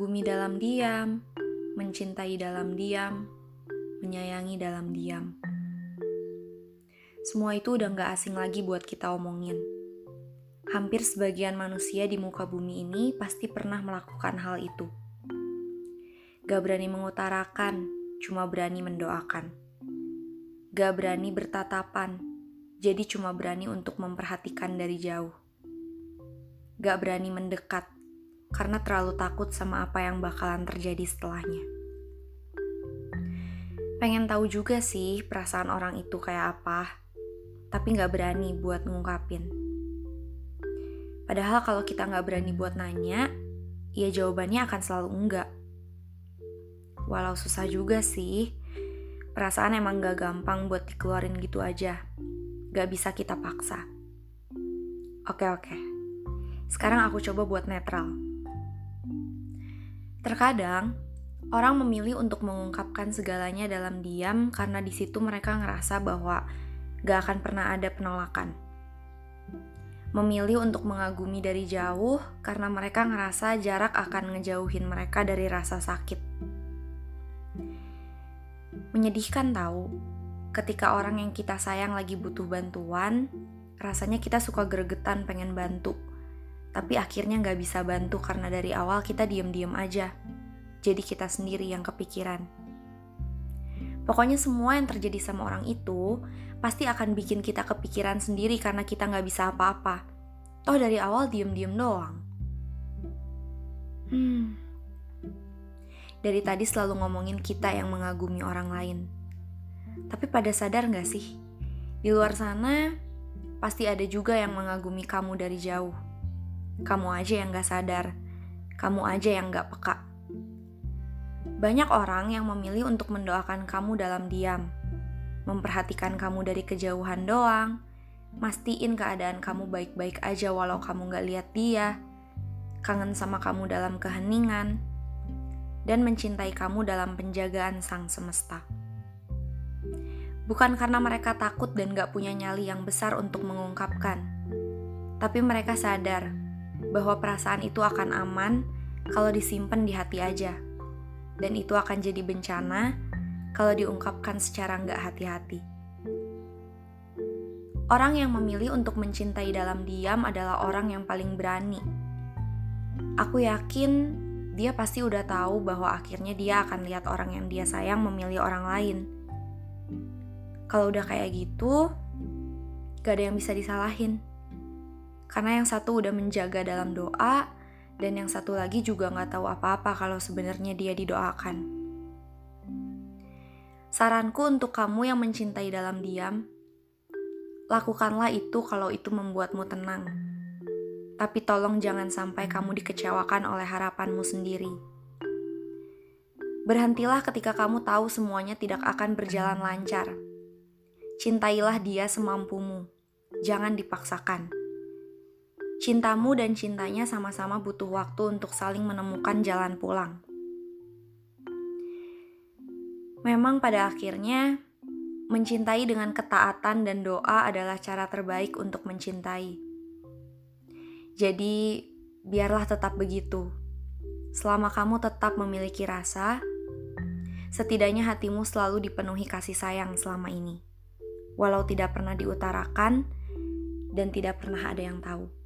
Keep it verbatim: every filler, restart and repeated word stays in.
Mengagumi dalam diam, mencintai dalam diam, menyayangi dalam diam. Semua itu udah gak asing lagi buat kita omongin. Hampir sebagian manusia di muka bumi ini pasti pernah melakukan hal itu. Gak berani mengutarakan, cuma berani mendoakan. Gak berani bertatapan, jadi cuma berani untuk memperhatikan dari jauh. Gak berani mendekat, karena terlalu takut sama apa yang bakalan terjadi setelahnya. Pengen tahu juga sih perasaan orang itu kayak apa, tapi gak berani buat ngungkapin. Padahal kalau kita gak berani buat nanya, ya jawabannya akan selalu enggak. Walau susah juga sih, perasaan emang gak gampang buat dikeluarin gitu aja. Gak bisa kita paksa. Oke-oke, sekarang aku coba buat netral. Terkadang, orang memilih untuk mengungkapkan segalanya dalam diam karena di situ mereka ngerasa bahwa gak akan pernah ada penolakan. Memilih untuk mengagumi dari jauh karena mereka ngerasa jarak akan ngejauhin mereka dari rasa sakit. Menyedihkan tahu, ketika orang yang kita sayang lagi butuh bantuan, rasanya kita suka gregetan pengen bantu. Tapi akhirnya gak bisa bantu karena dari awal kita diem-diem aja. Jadi kita sendiri yang kepikiran. Pokoknya semua yang terjadi sama orang itu pasti akan bikin kita kepikiran sendiri karena kita gak bisa apa-apa. Toh dari awal diem-diem doang. Hmm. Dari tadi selalu ngomongin kita yang mengagumi orang lain. Tapi pada sadar gak sih? Di luar sana pasti ada juga yang mengagumi kamu dari jauh. Kamu aja yang gak sadar. Kamu aja yang gak peka. Banyak orang yang memilih untuk mendoakan kamu dalam diam. Memperhatikan kamu dari kejauhan doang. Mastiin keadaan kamu baik-baik aja walau kamu gak lihat dia. Kangen sama kamu dalam keheningan. Dan mencintai kamu dalam penjagaan sang semesta. Bukan karena mereka takut dan gak punya nyali yang besar untuk mengungkapkan. Tapi mereka sadar bahwa perasaan itu akan aman kalau disimpan di hati aja. Dan itu akan jadi bencana kalau diungkapkan secara gak hati-hati. Orang yang memilih untuk mencintai dalam diam adalah orang yang paling berani. Aku yakin dia pasti udah tahu bahwa akhirnya dia akan lihat orang yang dia sayang memilih orang lain. Kalau udah kayak gitu, gak ada yang bisa disalahin. Karena yang satu udah menjaga dalam doa, dan yang satu lagi juga gak tahu apa-apa kalau sebenarnya dia didoakan. Saranku untuk kamu yang mencintai dalam diam, lakukanlah itu kalau itu membuatmu tenang. Tapi tolong jangan sampai kamu dikecewakan oleh harapanmu sendiri. Berhentilah ketika kamu tahu semuanya tidak akan berjalan lancar. Cintailah dia semampumu, jangan dipaksakan. Cintamu dan cintanya sama-sama butuh waktu untuk saling menemukan jalan pulang. Memang pada akhirnya, mencintai dengan ketaatan dan doa adalah cara terbaik untuk mencintai. Jadi, biarlah tetap begitu. Selama kamu tetap memiliki rasa, setidaknya hatimu selalu dipenuhi kasih sayang selama ini. Walau tidak pernah diutarakan dan tidak pernah ada yang tahu.